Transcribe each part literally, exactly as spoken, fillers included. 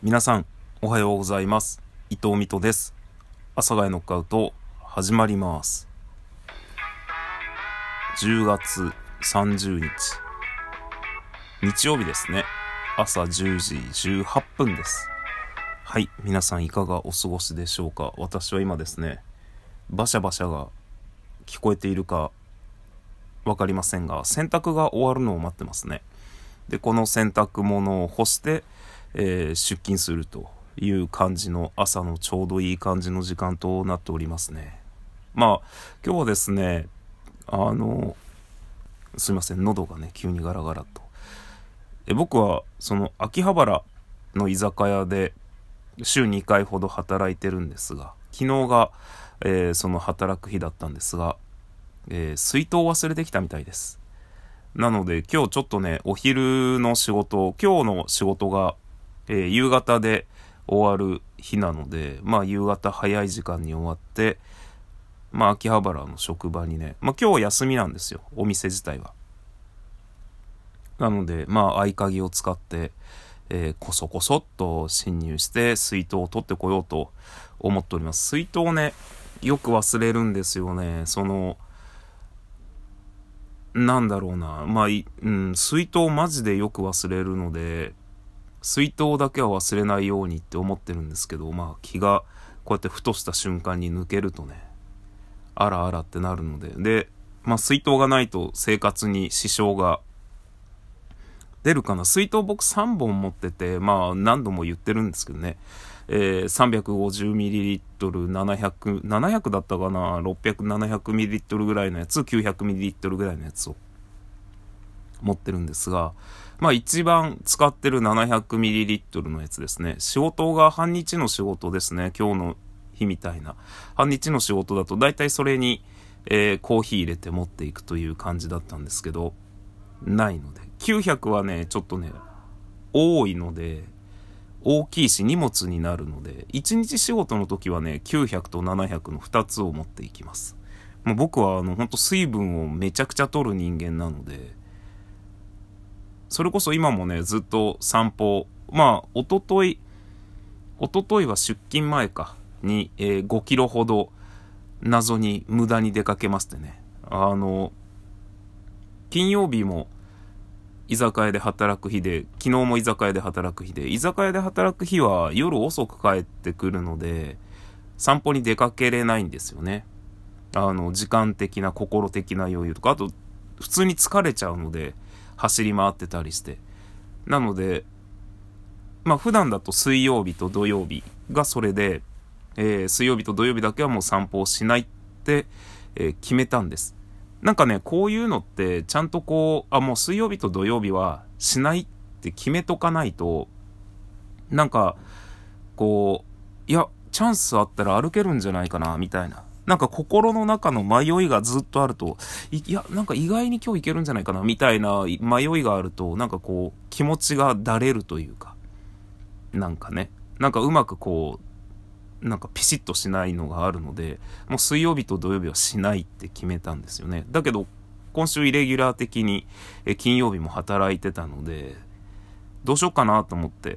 皆さんおはようございます。伊藤美斗です。阿佐ヶ谷ノックアウト始まります。じゅうがつさんじゅうにち日曜日ですね。朝じゅうじじゅうはっぷんです。はい、皆さんいかがお過ごしでしょうか。私は今ですね、バシャバシャが聞こえているかわかりませんが、洗濯が終わるのを待ってますね。でこの洗濯物を干して、えー、出勤するという感じの朝のちょうどいい感じの時間となっておりますね。まあ今日はですね、あのすいません、喉がね急にガラガラと。え僕はその秋葉原の居酒屋で週にかいほど働いてるんですが、昨日が、えー、その働く日だったんですが、えー、水筒を忘れてきたみたいです。なので今日ちょっとね、お昼の仕事、今日の仕事が、えー、夕方で終わる日なので、まあ夕方早い時間に終わって、まあ秋葉原の職場にね、まあ今日休みなんですよ、お店自体は。なのでまあ合鍵を使って、えー、こそこそっと侵入して水筒を取ってこようと思っております。水筒をね、よく忘れるんですよね。そのなんだろうな、まあ、うん、水筒マジでよく忘れるので、水筒だけは忘れないようにって思ってるんですけど、まあ気がこうやってふとした瞬間に抜けるとね、あらあらってなるので、で、まあ水筒がないと生活に支障が出るかな。水筒僕さんぼん持ってて、まあ何度も言ってるんですけどね、えー、さんびゃくごじゅうミリリットル、ななひゃく、ななひゃくだったかな、ろっぴゃく、ななひゃくミリリットルぐらいのやつ、きゅうひゃくミリリットルぐらいのやつを持ってるんですが、まあ一番使ってる ななひゃくミリリットル のやつですね。仕事が半日の仕事ですね。今日の日みたいな。半日の仕事だと大体それに、えー、コーヒー入れて持っていくという感じだったんですけど、ないので。きゅうひゃくはね、ちょっとね、多いので、大きいし荷物になるので、いちにち仕事の時はね、きゅうひゃくとななひゃくのふたつを持っていきます。もう僕はあの本当水分をめちゃくちゃ取る人間なので、それこそ今もね、ずっと散歩、まあおとといおとといは出勤前かに、えー、ごキロほど謎に無駄に出かけましてね、あの金曜日も居酒屋で働く日で、昨日も居酒屋で働く日で、居酒屋で働く日は夜遅く帰ってくるので、散歩に出かけれないんですよね。あの、時間的な、心的な余裕とか、あと、普通に疲れちゃうので、走り回ってたりして。なので、まあ普段だと水曜日と土曜日がそれで、えー、水曜日と土曜日だけはもう散歩をしないって、えー、決めたんです。なんかね、こういうのってちゃんとこう、あ、もう水曜日と土曜日はしないって決めとかないと、なんかこう、いやチャンスあったら歩けるんじゃないかなみたいな、なんか心の中の迷いがずっとあると、い, いやなんか意外に今日いけるんじゃないかなみたいな迷いがあると、なんかこう気持ちがだれるというか、なんかね、なんかうまくこうなんかピシッとしないのがあるので、もう水曜日と土曜日はしないって決めたんですよね。だけど今週イレギュラー的にえ金曜日も働いてたので、どうしようかなと思って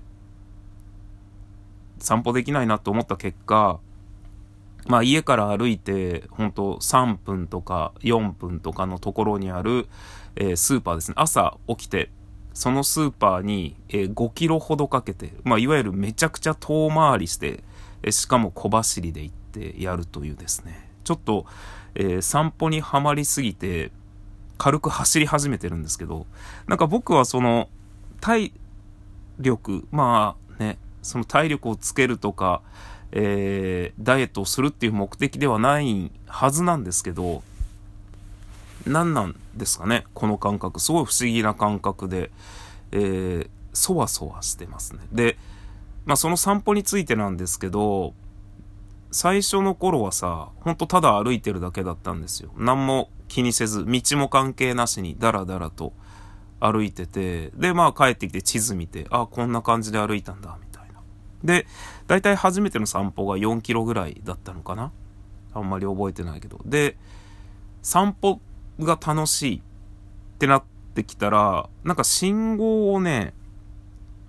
散歩できないなと思った結果、まあ家から歩いてほんとさんぷんとかよんぷんとかのところにある、えー、スーパーですね。朝起きてそのスーパーに、えー、ごキロほどかけて、まあいわゆるめちゃくちゃ遠回りして、えー、しかも小走りで行ってやるというですね、ちょっと、えー、散歩にはまりすぎて軽く走り始めてるんですけど、なんか僕はその体力、まあね、その体力をつけるとか、えー、ダイエットをするっていう目的ではないはずなんですけど、何なんですかね、この感覚。すごい不思議な感覚で、えー、そわそわしてますね。で、まあその散歩についてなんですけど、最初の頃はさ、ほんとただ歩いてるだけだったんですよ。何も気にせず、道も関係なしにダラダラと歩いてて、でまあ帰ってきて地図見て、あ、こんな感じで歩いたんだみたいな。で、だいたい初めての散歩がよんキロぐらいだったのかな、あんまり覚えてないけど。で、散歩が楽しいってなってきたら、なんか信号をね、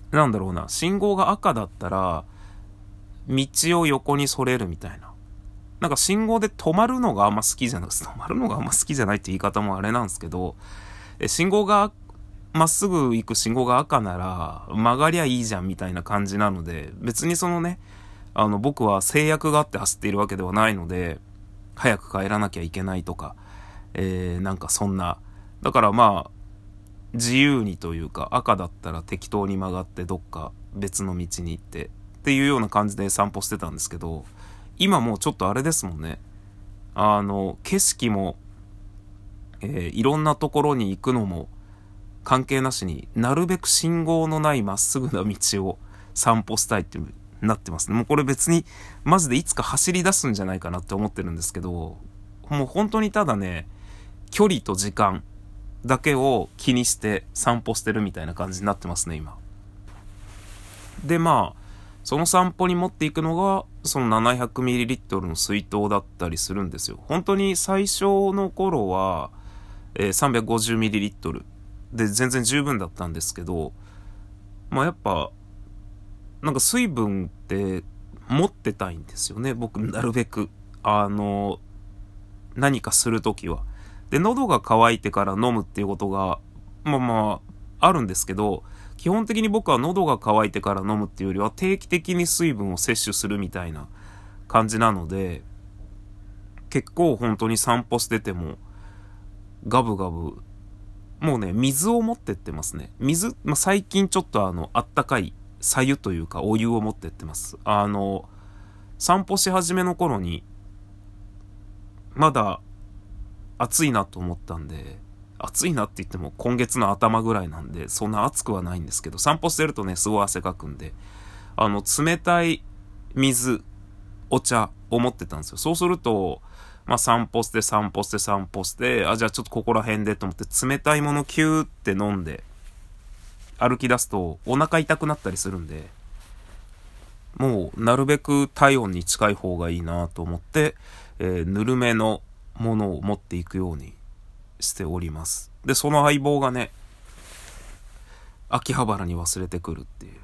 なんだろうな、信号が赤だったら、道を横にそれるみたいな。なんか信号で止まるのがあんま好きじゃない、止まるのがあんま好きじゃないって言い方もあれなんですけど、え信号が、まっすぐ行く信号が赤なら曲がりゃいいじゃんみたいな感じなので、別にそのね、あの僕は制約があって走っているわけではないので、早く帰らなきゃいけないとか、えー、なんかそんな、だからまあ、自由にというか、赤だったら適当に曲がってどっか別の道に行ってっていうような感じで散歩してたんですけど、今もうちょっとあれですもんね。あの、景色も、えー、いろんなところに行くのも関係なしになるべく信号のないまっすぐな道を散歩したいってなってますね。もうこれ別にマジでいつか走り出すんじゃないかなって思ってるんですけど、もう本当にただね、距離と時間だけを気にして散歩してるみたいな感じになってますね今。でまあその散歩に持っていくのがその ななひゃくミリリットル の水筒だったりするんですよ。本当に最初の頃は、えー、さんびゃくごじゅうミリリットル で全然十分だったんですけど、まあやっぱなんか水分って持ってたいんですよね僕、なるべく。あの何かするときは。で喉が渇いてから飲むっていうことがまあまああるんですけど、基本的に僕は喉が渇いてから飲むっていうよりは定期的に水分を摂取するみたいな感じなので、結構本当に散歩しててもガブガブ、もうね水を持ってってますね。水、まあ、最近ちょっとあのあったかい白湯というかお湯を持ってってます。あの散歩し始めの頃にまだ暑いなと思ったんで、暑いなって言っても今月の頭ぐらいなんでそんな暑くはないんですけど、散歩してるとねすごい汗かくんで、あの冷たい水、お茶を持ってたんですよ。そうするとまあ散歩して散歩して散歩して、あじゃあちょっとここら辺でと思って冷たいものキューって飲んで歩き出すとお腹痛くなったりするんで、もうなるべく体温に近い方がいいなと思って、えー、ぬるめのものを持っていくようにしております。でその相棒がね秋葉原に忘れてくるっていう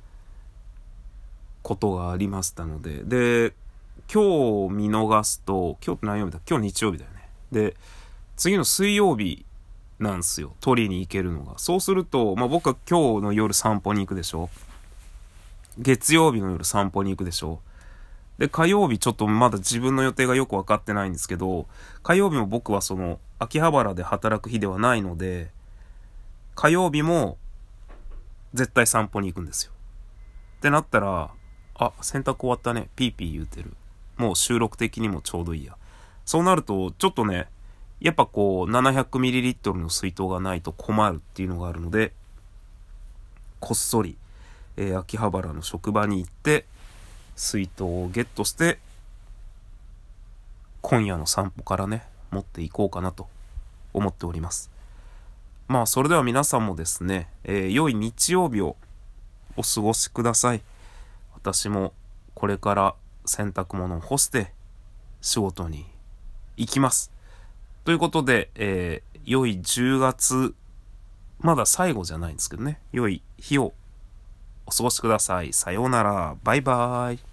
ことがありましたので、で今日見逃すと、今日って何曜日だ、今日日曜日だよね。で次の水曜日なんですよ、取りに行けるのが。そうすると、まあ、僕は今日の夜散歩に行くでしょ、月曜日の夜散歩に行くでしょ、で火曜日ちょっとまだ自分の予定がよく分かってないんですけど、火曜日も僕はその秋葉原で働く日ではないので、火曜日も絶対散歩に行くんですよ。ってなったら、あ洗濯終わったね、ピーピー言うてる、もう収録的にもちょうどいいや。そうなるとちょっとねやっぱこう ななひゃくミリリットル の水筒がないと困るっていうのがあるので、こっそり、えー、秋葉原の職場に行って水筒をゲットして、今夜の散歩からね持っていこうかなと思っております。まあそれでは皆さんもですね、えー、良い日曜日をお過ごしください。私もこれから洗濯物を干して仕事に行きますということで、えー、良いじゅうがつ、まだ最後じゃないんですけどね、良い日をお過ごしください。さようなら、バイバーイ。